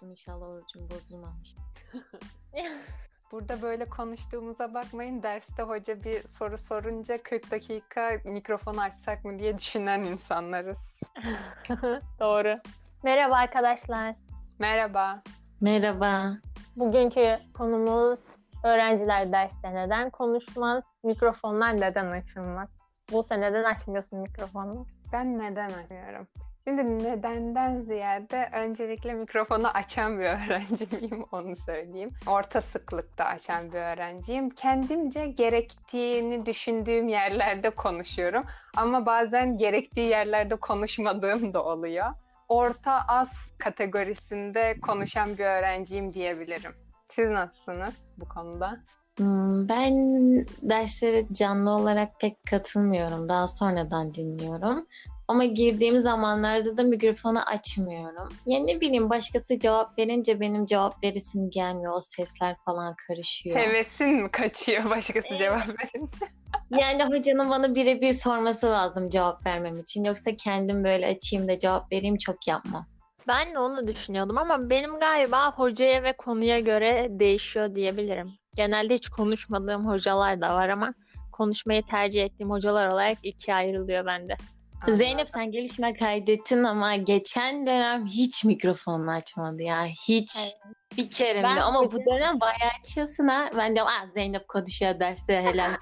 tuttum, inşallah orucum bozulmamış. Burada böyle konuştuğumuza bakmayın. Derste hoca bir soru sorunca 40 dakika mikrofonu açsak mı diye düşünen insanlarız. Doğru. Merhaba arkadaşlar. Merhaba. Merhaba. Bugünkü konumuz öğrenciler derste neden konuşmaz, mikrofonlar neden açılmaz? Bu sen neden açmıyorsun mikrofonu? Ben neden açmıyorum? Şimdi nedenden ziyade öncelikle mikrofonu açan bir öğrenci miyim onu söyleyeyim. Orta sıklıkta açan bir öğrenciyim. Kendimce gerektiğini düşündüğüm yerlerde konuşuyorum. Ama bazen gerektiği yerlerde konuşmadığım da oluyor. Orta az kategorisinde konuşan bir öğrenciyim diyebilirim. Siz nasılsınız bu konuda? Ben derslere canlı olarak pek katılmıyorum. Daha sonradan dinliyorum. Ama girdiğim zamanlarda da mikrofonu açmıyorum. Yani ne bileyim, başkası cevap verince benim cevap veresim gelmiyor. O sesler falan karışıyor. Hevesin mi kaçıyor başkası cevap verince? Yani hocanın bana birebir sorması lazım cevap vermem için. Yoksa kendim böyle açayım da cevap vereyim çok yapmam. Ben de onu düşünüyordum ama benim galiba hocaya ve konuya göre değişiyor diyebilirim. Genelde hiç konuşmadığım hocalar da var ama konuşmayı tercih ettiğim hocalar olarak ikiye ayrılıyor bende. Anladım. Zeynep, sen gelişme kaydettin ama geçen dönem hiç mikrofonunu açmadı ya. Hiç. Evet. Bir kere mi? Ben Ama hoca- bu dönem bayağı açıyorsun ha. Ben diyorum Zeynep konuşuyor derste helal.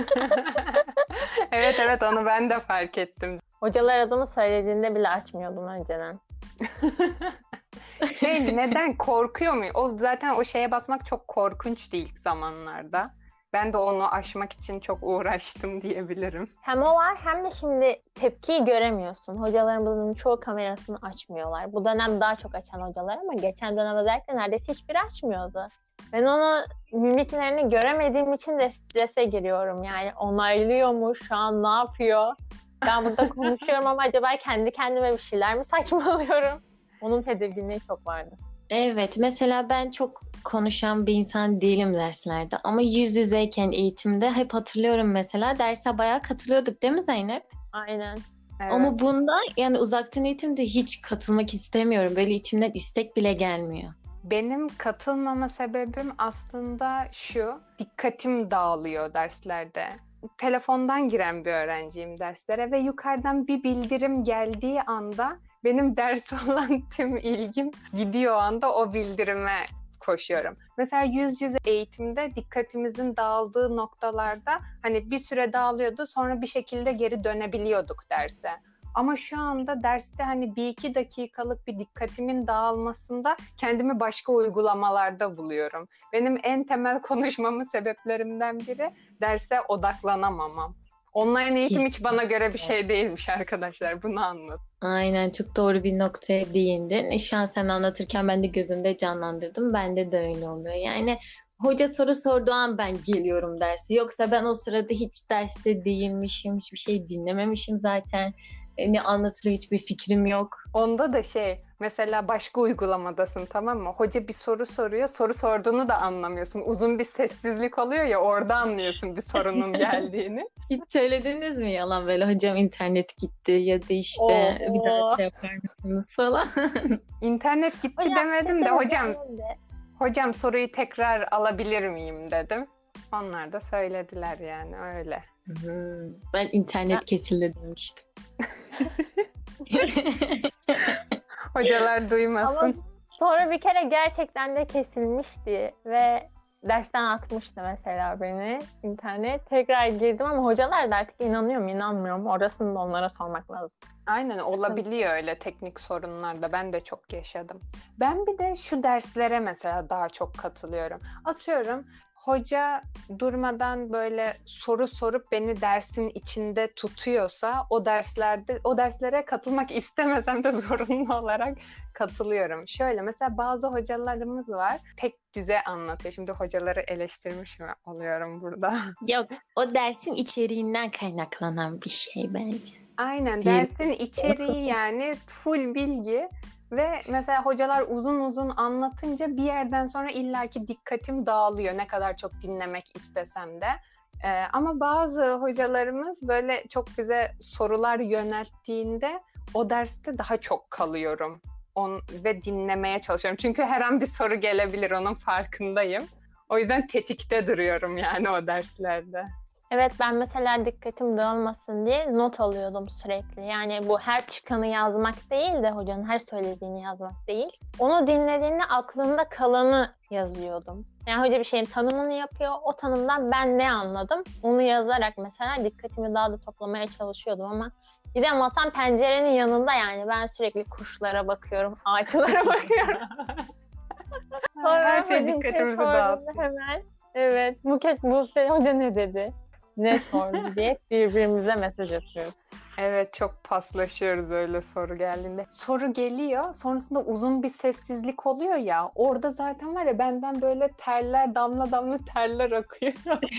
Evet onu ben de fark ettim. Hocalar adımı söylediğinde bile açmıyordum önceden. Neden korkuyor muyum? O zaten o şeye basmak çok korkunçtu ilk zamanlarda. Ben de onu aşmak için çok uğraştım diyebilirim. Hem o var hem de şimdi tepkiyi göremiyorsun. Hocalarımızın çoğu kamerasını açmıyorlar. Bu dönem daha çok açan hocalar ama geçen dönem özellikle neredeyse hiçbiri açmıyordu. Ben onu mimiklerini göremediğim için de strese giriyorum. Yani onaylıyor mu? Şu an ne yapıyor? Ben burada konuşuyorum ama acaba kendi kendime bir şeyler mi saçmalıyorum? Onun tedirginliği çok vardı. Evet, mesela ben çok konuşan bir insan değilim derslerde. Ama yüz yüzeyken eğitimde hep hatırlıyorum mesela. Derse bayağı katılıyorduk değil mi Zeynep? Aynen. Evet. Ama bunda yani uzaktan eğitimde hiç katılmak istemiyorum. Böyle içimden istek bile gelmiyor. Benim katılmama sebebim aslında şu, dikkatim dağılıyor derslerde. Telefondan giren bir öğrenciyim derslere ve yukarıdan bir bildirim geldiği anda benim derse olan tüm ilgim gidiyor o anda o bildirime koşuyorum. Mesela yüz yüze eğitimde dikkatimizin dağıldığı noktalarda hani bir süre dağılıyordu, sonra bir şekilde geri dönebiliyorduk derse. Ama şu anda derste hani 1-2 dakikalık bir dikkatimin dağılmasında kendimi başka uygulamalarda buluyorum. Benim en temel konuşmamın sebeplerimden biri derse odaklanamamam. Online eğitim hiç bana göre bir şey değilmiş arkadaşlar. Bunu anladım. Aynen, çok doğru bir noktaya değindin. Şu an sen anlatırken ben de gözümde canlandırdım. Bende de öyle oluyor. Yani hoca soru sorduğu an ben geliyorum derse. Yoksa ben o sırada hiç derste değilmişim. Hiçbir şey dinlememişim zaten. Ne anlatılıyor hiçbir fikrim yok. Onda da mesela başka uygulamadasın, tamam mı? Hoca bir soru soruyor, soru sorduğunu da anlamıyorsun. Uzun bir sessizlik oluyor ya, orada anlıyorsun bir sorunun geldiğini. Hiç söylediniz mi yalan böyle hocam internet gitti ya da işte bir daha şey yapar mısınız falan. İnternet gitti Hocam, demedim de hocam hocam soruyu tekrar alabilir miyim dedim. Onlar da söylediler yani öyle. Ben internet kesildi demiştim. Hocalar duymasın. Ama sonra bir kere gerçekten de kesilmişti ve dersten atmıştı mesela beni internet. Tekrar girdim ama hocalar da artık inanıyor mu inanmıyor mu orasını da onlara sormak lazım. Aynen, olabiliyor öyle teknik sorunlar da, ben de çok yaşadım. Ben bir de şu derslere mesela daha çok katılıyorum. Atıyorum hoca durmadan böyle soru sorup beni dersin içinde tutuyorsa o derslere katılmak istemesem de zorunlu olarak katılıyorum. Şöyle mesela bazı hocalarımız var, tek düze anlatıyor. Şimdi hocaları eleştirmiş mi oluyorum burada? Yok, o dersin içeriğinden kaynaklanan bir şey bence. Aynen, dersin içeriği yani full bilgi ve mesela hocalar uzun uzun anlatınca bir yerden sonra illaki dikkatim dağılıyor ne kadar çok dinlemek istesem de. Ama bazı hocalarımız böyle çok bize sorular yönelttiğinde o derste daha çok kalıyorum. ve dinlemeye çalışıyorum. Çünkü her an bir soru gelebilir, onun farkındayım. O yüzden tetikte duruyorum yani o derslerde. Evet, ben mesela dikkatim dağılmasın diye not alıyordum sürekli. Yani bu her çıkanı yazmak değil de hocanın her söylediğini yazmak değil. Onu dinlediğinde aklımda kalanı yazıyordum. Yani hoca bir şeyin tanımını yapıyor. O tanımdan ben ne anladım? Onu yazarak mesela dikkatimi daha da toplamaya çalışıyordum ama bir de masam pencerenin yanında, yani ben sürekli kuşlara bakıyorum, ağaçlara bakıyorum. Sonra Her şey hocam dikkatimizi sorduğunda dağıttı. hemen evet Buket Buse hoca ne dedi? Ne sordu diye birbirimize mesaj atıyoruz. Evet, çok paslaşıyoruz öyle soru geldiğinde. Soru geliyor, sonrasında uzun bir sessizlik oluyor ya. Orada zaten var ya, benden böyle terler, damla damla terler akıyor.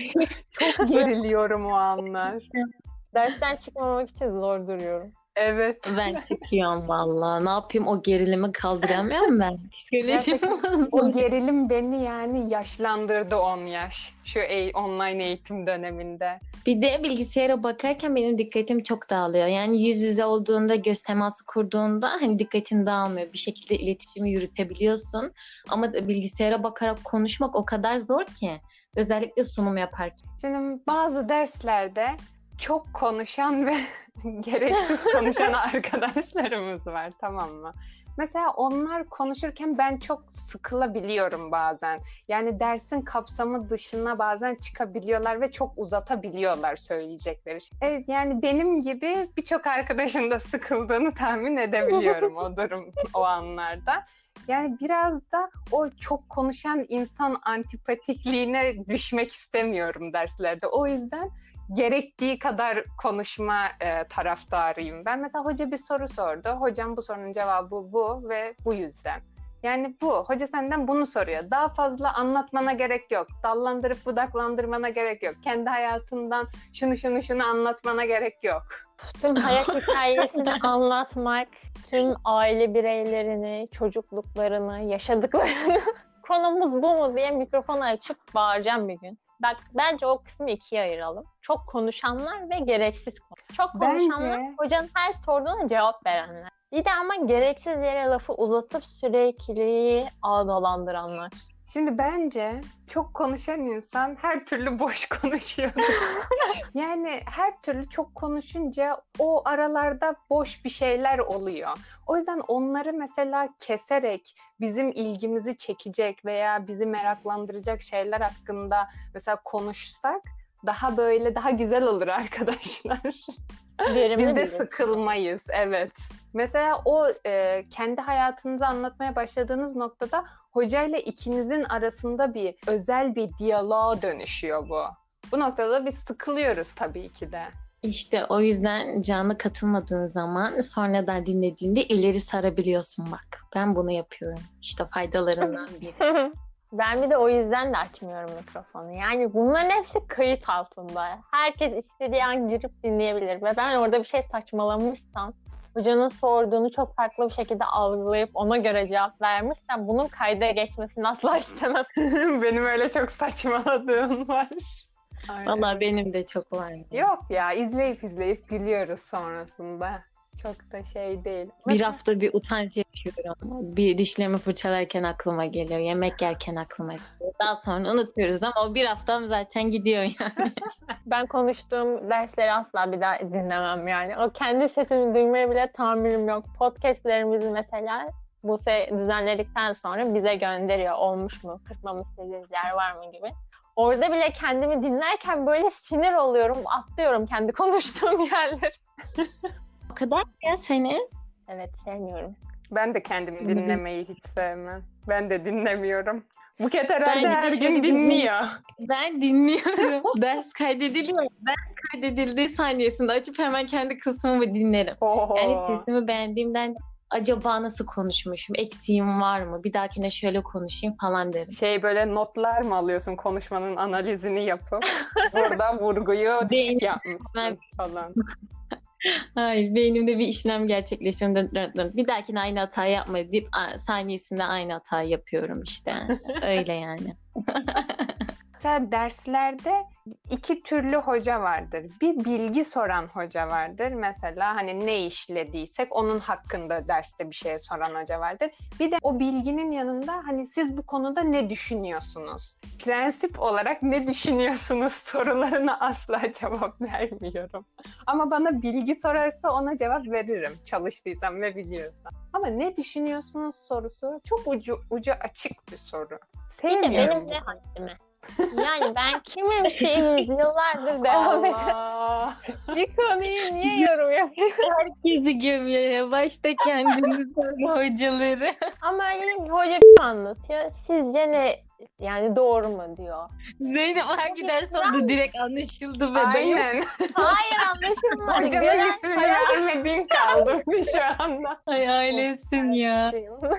Çok geriliyorum o anlar. Dersten çıkmamak için zor duruyorum. Evet. Ben çıkıyorum valla. Ne yapayım, o gerilimi kaldıramıyorum ben. Psikolojim Gerçekten bozuldu. o gerilim beni yani yaşlandırdı 10 yaş. Şu online eğitim döneminde. Bir de bilgisayara bakarken benim dikkatim çok dağılıyor. Yani yüz yüze olduğunda, göz teması kurduğunda hani dikkatin dağılmıyor. Bir şekilde iletişimi yürütebiliyorsun. Ama bilgisayara bakarak konuşmak o kadar zor ki. Özellikle sunum yaparken. Şimdi bazı derslerde çok konuşan ve gereksiz konuşan arkadaşlarımız var, tamam mı? Mesela onlar konuşurken ben çok sıkılabiliyorum bazen. Yani dersin kapsamı dışına bazen çıkabiliyorlar ve çok uzatabiliyorlar söyleyecekleri. Evet, yani benim gibi birçok arkadaşım da sıkıldığını tahmin edebiliyorum o o anlarda. Yani biraz da o çok konuşan insan antipatikliğine düşmek istemiyorum derslerde. O yüzden gerektiği kadar konuşma taraftarıyım. Ben mesela hoca bir soru sordu. Hocam bu sorunun cevabı bu ve bu yüzden. Yani bu. Hoca senden bunu soruyor. Daha fazla anlatmana gerek yok. Dallandırıp budaklandırmana gerek yok. Kendi hayatından şunu anlatmana gerek yok. Tüm hayat hikayesini anlatmak, tüm aile bireylerini, çocukluklarını, yaşadıklarını konumuz bu mu diye mikrofonu açıp bağıracağım bir gün. Bak, bence o kısmı ikiye ayıralım. Çok konuşanlar ve gereksiz konuşanlar. Çok konuşanlar, hocanın her sorduğuna cevap verenler. Bir de ama gereksiz yere lafı uzatıp sürekli ağdalandıranlar. Şimdi bence çok konuşan insan her türlü boş konuşuyor. Yani her türlü çok konuşunca o aralarda boş bir şeyler oluyor. O yüzden onları mesela keserek bizim ilgimizi çekecek veya bizi meraklandıracak şeyler hakkında mesela konuşsak daha güzel olur arkadaşlar. Biz de sıkılmayız, evet. Mesela o kendi hayatınızı anlatmaya başladığınız noktada hocayla ikinizin arasında bir özel bir diyaloğa dönüşüyor bu. Bu noktada biz sıkılıyoruz tabii ki de. İşte o yüzden canlı katılmadığın zaman sonradan dinlediğinde ileri sarabiliyorsun bak. Ben bunu yapıyorum. İşte faydalarından biri. Ben bir de o yüzden de açmıyorum mikrofonu. Yani bunların hepsi kayıt altında. Herkes istediği an girip dinleyebilir. Ve ben orada bir şey saçmalamışsam, hocanın sorduğunu çok farklı bir şekilde algılayıp ona göre cevap vermişsem bunun kayda geçmesini asla istemem. Benim öyle çok saçmaladığım var. Vallahi benim de çok var. Yok ya, izleyip gülüyoruz sonrasında. Çok da şey değil. Bir hafta bir utanç yaşıyorum. Bir dişlerimi fırçalarken aklıma geliyor. Yemek yerken aklıma geliyor. Daha sonra unutuyoruz ama o bir haftam zaten gidiyor yani. Ben konuştuğum dersleri asla bir daha dinlemem yani. O kendi sesini duymaya bile tahammülüm yok. Podcastlerimizi mesela Buse düzenledikten sonra bize gönderiyor. Olmuş mu? Kırpmamı istediğiniz yer var mı gibi. Orada bile kendimi dinlerken böyle sinir oluyorum. Atlıyorum kendi konuştuğum yerleri. O kadar ya seni. Evet, sevmiyorum. Ben de kendimi dinlemeyi hiç sevmem. Ben de dinlemiyorum. Buket herhalde Ben her de gün dinliyor. Ben dinliyorum. Ders kaydediliyor. Ders kaydedildiği saniyesinde açıp hemen kendi kısmımı dinlerim. Oho. Yani sesimi beğendiğimden acaba nasıl konuşmuşum? Eksiğim var mı? Bir dahakine şöyle konuşayım falan derim. Böyle notlar mı alıyorsun, konuşmanın analizini yapıp burada vurguyu düşük yapmışsın falan. Hayır, beynimde bir işlem gerçekleşiyor. Bir dahakine aynı hatayı yapma deyip saniyesinde aynı hatayı yapıyorum işte. Öyle yani. Hatta derslerde iki türlü hoca vardır. Bir bilgi soran hoca vardır. Mesela hani ne işlediysek onun hakkında derste bir şey soran hoca vardır. Bir de o bilginin yanında hani siz bu konuda ne düşünüyorsunuz? Prensip olarak ne düşünüyorsunuz sorularına asla cevap vermiyorum. Ama bana bilgi sorarsa ona cevap veririm. Çalıştıysam ve biliyorsam. Ama ne düşünüyorsunuz sorusu çok ucu açık bir soru. Bir de Sevmiyorum benim bu ne konuyu. haddime? Yani ben kimim şeyimiz yıllardır devam eden Allah! bir konuyu niye yorum yapıyorum? Herkesi gömüyor ya. Başta kendini sonra hocaları. Ama öyle bir hoca bir anlatıyor. Sizce ne yani doğru mu diyor. Zeynep hangi ders oldu direkt anlaşıldı bebeğim. Aynen. Hayır anlaşılmadı. Hocanın Gören ismini vermediğin kaldı şu anda. Ay ailesin ya.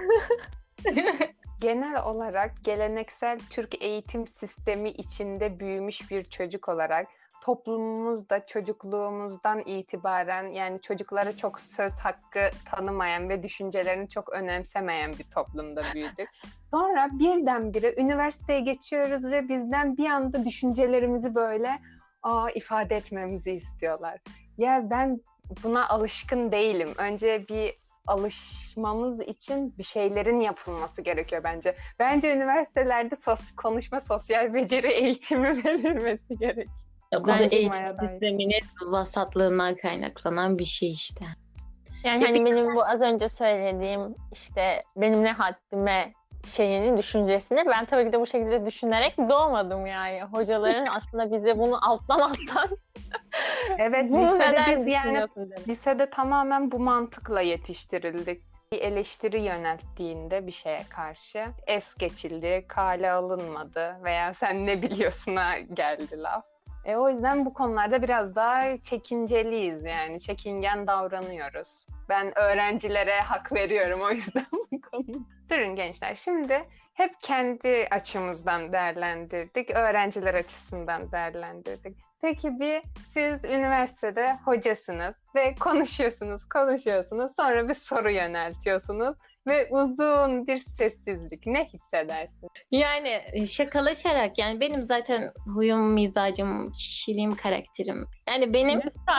Genel olarak geleneksel Türk eğitim sistemi içinde büyümüş bir çocuk olarak toplumumuzda çocukluğumuzdan itibaren yani çocuklara çok söz hakkı tanımayan ve düşüncelerini çok önemsemeyen bir toplumda büyüdük. Sonra birdenbire üniversiteye geçiyoruz ve bizden bir anda düşüncelerimizi böyle ifade etmemizi istiyorlar. Ya ben buna alışkın değilim. Önce bir alışmamız için bir şeylerin yapılması gerekiyor bence. Bence üniversitelerde konuşma, sosyal beceri eğitimi verilmesi gerekiyor. Ya bu da Bence eğitim bayağı da iyi. sisteminin vasatlığından kaynaklanan bir şey işte. Yani hani benim bu az önce söylediğim işte benim ne haddime şeyini, düşüncesini ben tabii ki de bu şekilde düşünerek doğmadım yani. Hocaların aslında bize bunu alttan Evet, bunu lisede neden biz yani düşünüyorsun dedim. lisede tamamen bu mantıkla yetiştirildik. Bir eleştiri yönelttiğinde bir şeye karşı es geçildi, kale alınmadı veya sen ne biliyorsun'a geldi laf. O yüzden bu konularda biraz daha çekinceliyiz yani. Çekingen davranıyoruz. Ben öğrencilere hak veriyorum o yüzden bu konuda. Durun gençler, şimdi hep kendi açımızdan değerlendirdik, öğrenciler açısından değerlendirdik. Peki siz üniversitede hocasınız ve konuşuyorsunuz, sonra bir soru yöneltiyorsunuz ve uzun bir sessizlik. Ne hissedersin? Yani şakalaşarak yani benim zaten huyum, mizacım, kişiliğim, karakterim. Yani benim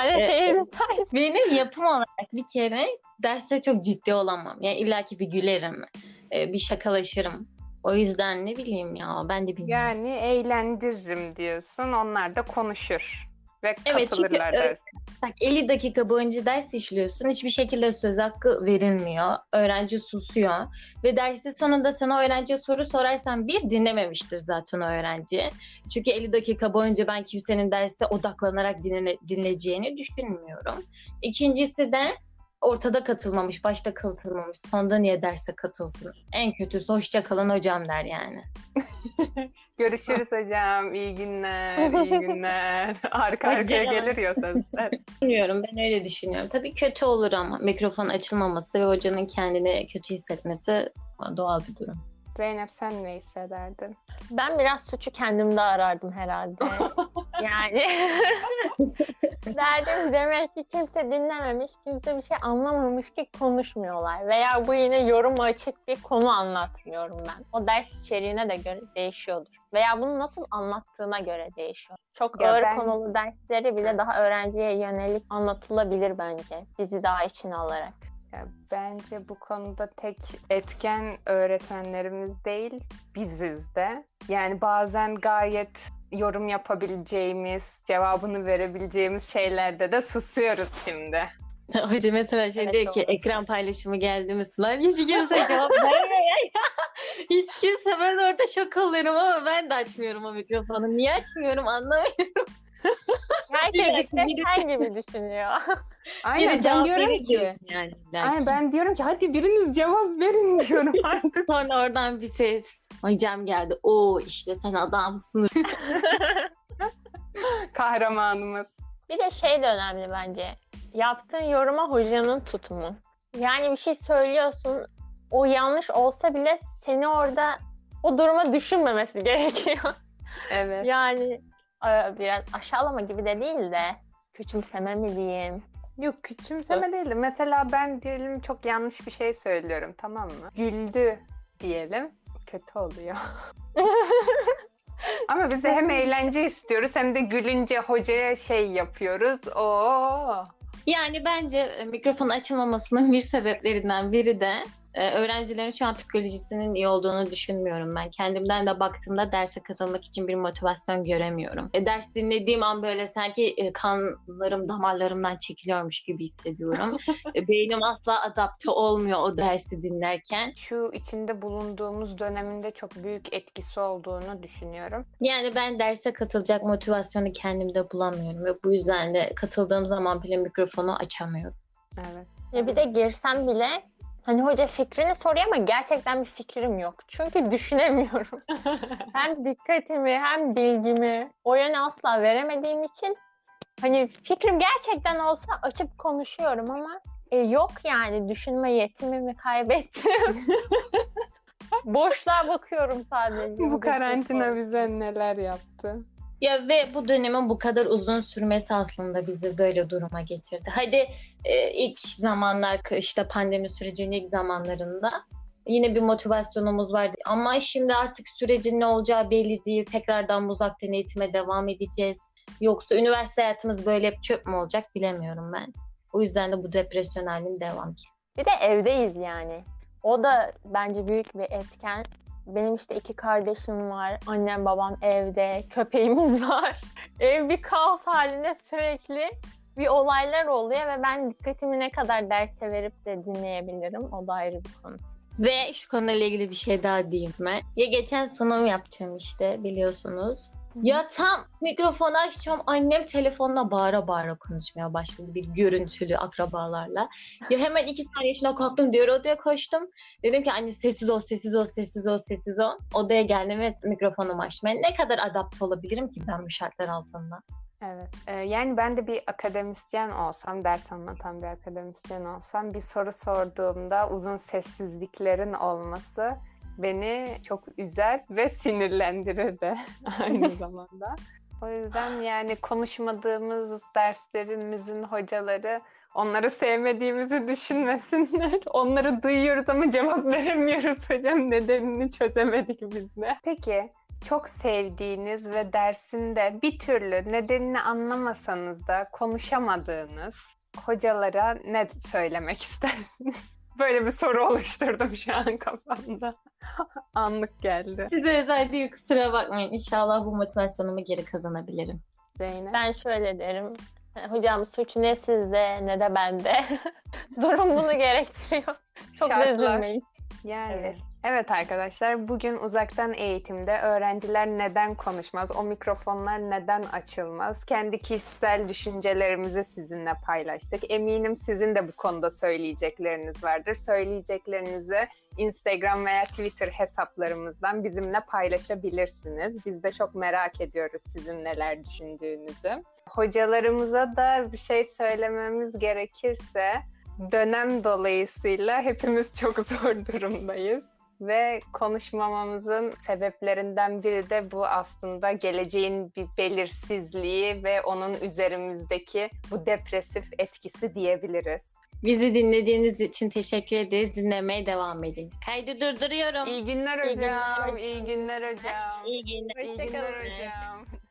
benim yapım olarak bir kere derste çok ciddi olamam. Yani illaki bir gülerim, bir şakalaşırım. O yüzden ne bileyim ya ben de bilmiyorum. Yani eğlendiririm diyorsun, onlar da konuşur ve Evet, katılırlar çünkü dersin. Bak 50 dakika boyunca ders işliyorsun. Hiçbir şekilde söz hakkı verilmiyor. Öğrenci susuyor. Ve dersin sonunda sana öğrenciye soru sorarsan dinlememiştir zaten o öğrenci. Çünkü 50 dakika boyunca ben kimsenin derse odaklanarak dinleyeceğini düşünmüyorum. İkincisi de ortada katılmamış, başta katılmamış. Sonunda niye derse katılsın? En kötüsü hoşça kalın hocam der yani. Görüşürüz hocam, iyi günler. Arka arkaya gelir ya sesler. Bilmiyorum, ben öyle düşünüyorum. Tabii kötü olur ama mikrofon açılmaması ve hocanın kendini kötü hissetmesi doğal bir durum. Zeynep sen ne hissederdin? Ben biraz suçu kendimde arardım herhalde. Yani derdim demek ki kimse dinlememiş, kimse bir şey anlamamış ki konuşmuyorlar. Veya bu yine yoruma açık bir konu anlatmıyorum ben. O ders içeriğine de göre değişiyordur. Veya bunu nasıl anlattığına göre değişiyor. Çok ağır konulu dersleri bile daha öğrenciye yönelik anlatılabilir bence. Bizi daha içine alarak. Bence bu konuda tek etken öğretmenlerimiz değil, biziz de. Yani bazen gayet yorum yapabileceğimiz, cevabını verebileceğimiz şeylerde de susuyoruz şimdi. Hoca mesela Evet, diyor ki doğru. ekran paylaşımı geldi mi slide? Hiç kimse cevap vermiyor ya. Hiç kimse, ben orada şok oluyorum ama ben de açmıyorum o mikrofonu. Niye açmıyorum anlamıyorum. Herkes işte Biri- sen gibi düşünüyor. Aynen ben cevap diyorum verir ki, diyorsun yani. aynen ben diyorum ki hadi biriniz cevap verin diyorum artık. Sonra oradan bir ses. Hocam geldi. Oo işte sen adamsın. Kahramanımız. Bir de şey de önemli bence. Yaptığın yoruma hocanın tutumu. Yani bir şey söylüyorsun, o yanlış olsa bile seni orada o duruma düşünmemesi gerekiyor. Evet. Yani biraz aşağılama gibi de değil de küçümseme mi diyeyim? Yok küçümseme değil de mesela ben diyelim çok yanlış bir şey söylüyorum, tamam mı? Güldü diyelim. Kötü oluyor. Ama biz de hem eğlence istiyoruz hem de gülünce hocaya şey yapıyoruz. Oo. Yani bence mikrofon açılmamasının bir sebeplerinden biri de öğrencilerin şu an psikolojisinin iyi olduğunu düşünmüyorum ben. Kendimden de baktığımda derse katılmak için bir motivasyon göremiyorum. Ders dinlediğim an böyle sanki kanlarım damarlarımdan çekiliyormuş gibi hissediyorum. Beynim asla adapte olmuyor o dersi dinlerken. Şu içinde bulunduğumuz döneminde çok büyük etkisi olduğunu düşünüyorum. Yani ben derse katılacak motivasyonu kendimde bulamıyorum ve bu yüzden de katıldığım zaman bile mikrofonu açamıyorum. Evet. Ya bir de girsem bile hani hoca fikrini soruyor ama gerçekten bir fikrim yok. Çünkü düşünemiyorum. Hem dikkatimi hem bilgimi o yöne asla veremediğim için hani fikrim gerçekten olsa açıp konuşuyorum ama yok yani düşünme yetimimi kaybettim. Boşluğa bakıyorum sadece. Bu karantina bize neler yaptı? Ya ve bu dönemin bu kadar uzun sürmesi aslında bizi böyle duruma getirdi. Hadi ilk zamanlar işte pandemi sürecinin ilk zamanlarında yine bir motivasyonumuz vardı. Ama şimdi artık sürecin ne olacağı belli değil. Tekrardan uzaktan eğitime devam edeceğiz. Yoksa üniversite hayatımız böyle hep çöp mü olacak bilemiyorum ben. O yüzden de bu depresyon halinin devam. Bir de evdeyiz yani. O da bence büyük bir etken. Benim işte 2 kardeşim var. Annem babam evde. Köpeğimiz var. Ev bir kaos halinde sürekli bir olaylar oluyor ve ben dikkatimi ne kadar derse verip de dinleyebilirim. O da ayrı bir konu. Ve şu konuyla ilgili bir şey daha diyeyim ben. Ya geçen sunum yapacağım işte biliyorsunuz. Ya tam mikrofonu açacağım annem telefonla bağıra bağıra konuşmaya başladı bir görüntülü akrabalarla. Ya hemen 2 saniye içinde kalktım diğer odaya koştum. Dedim ki anne sessiz ol sessiz ol sessiz ol sessiz ol. Odaya geldim ve mikrofonumu açtım. Yani ne kadar adapte olabilirim ki ben bu şartlar altında? Evet. Yani ben de bir akademisyen olsam, ders anlatan bir akademisyen olsam bir soru sorduğumda uzun sessizliklerin olması beni çok üzer ve sinirlendirir de aynı zamanda. O yüzden yani konuşmadığımız derslerimizin hocaları onları sevmediğimizi düşünmesinler. Onları duyuyoruz ama cevap veremiyoruz hocam. Nedenini çözemedik biz de. Peki çok sevdiğiniz ve dersinde bir türlü nedenini anlamasanız da konuşamadığınız hocalara ne söylemek istersiniz? Böyle bir soru oluşturdum şu an kafamda. Anlık geldi. Size özel değil kusura bakmayın. İnşallah bu motivasyonumu geri kazanabilirim. Zeynep. Ben şöyle derim. Hocam suç ne sizde ne de bende. Durum bunu gerektiriyor. Çok da Şartlar. üzülmeyin. Yani evet arkadaşlar bugün uzaktan eğitimde öğrenciler neden konuşmaz, o mikrofonlar neden açılmaz, kendi kişisel düşüncelerimizi sizinle paylaştık. Eminim sizin de bu konuda söyleyecekleriniz vardır. Söyleyeceklerinizi Instagram veya Twitter hesaplarımızdan bizimle paylaşabilirsiniz. Biz de çok merak ediyoruz sizin neler düşündüğünüzü. Hocalarımıza da bir şey söylememiz gerekirse dönem dolayısıyla hepimiz çok zor durumdayız ve konuşmamamızın sebeplerinden biri de bu aslında geleceğin bir belirsizliği ve onun üzerimizdeki bu depresif etkisi diyebiliriz. Bizi dinlediğiniz için teşekkür ederiz. Dinlemeye devam edin. Kaydı durduruyorum. İyi günler hocam. İyi günler hocam. İyi günler. İyi günler hocam.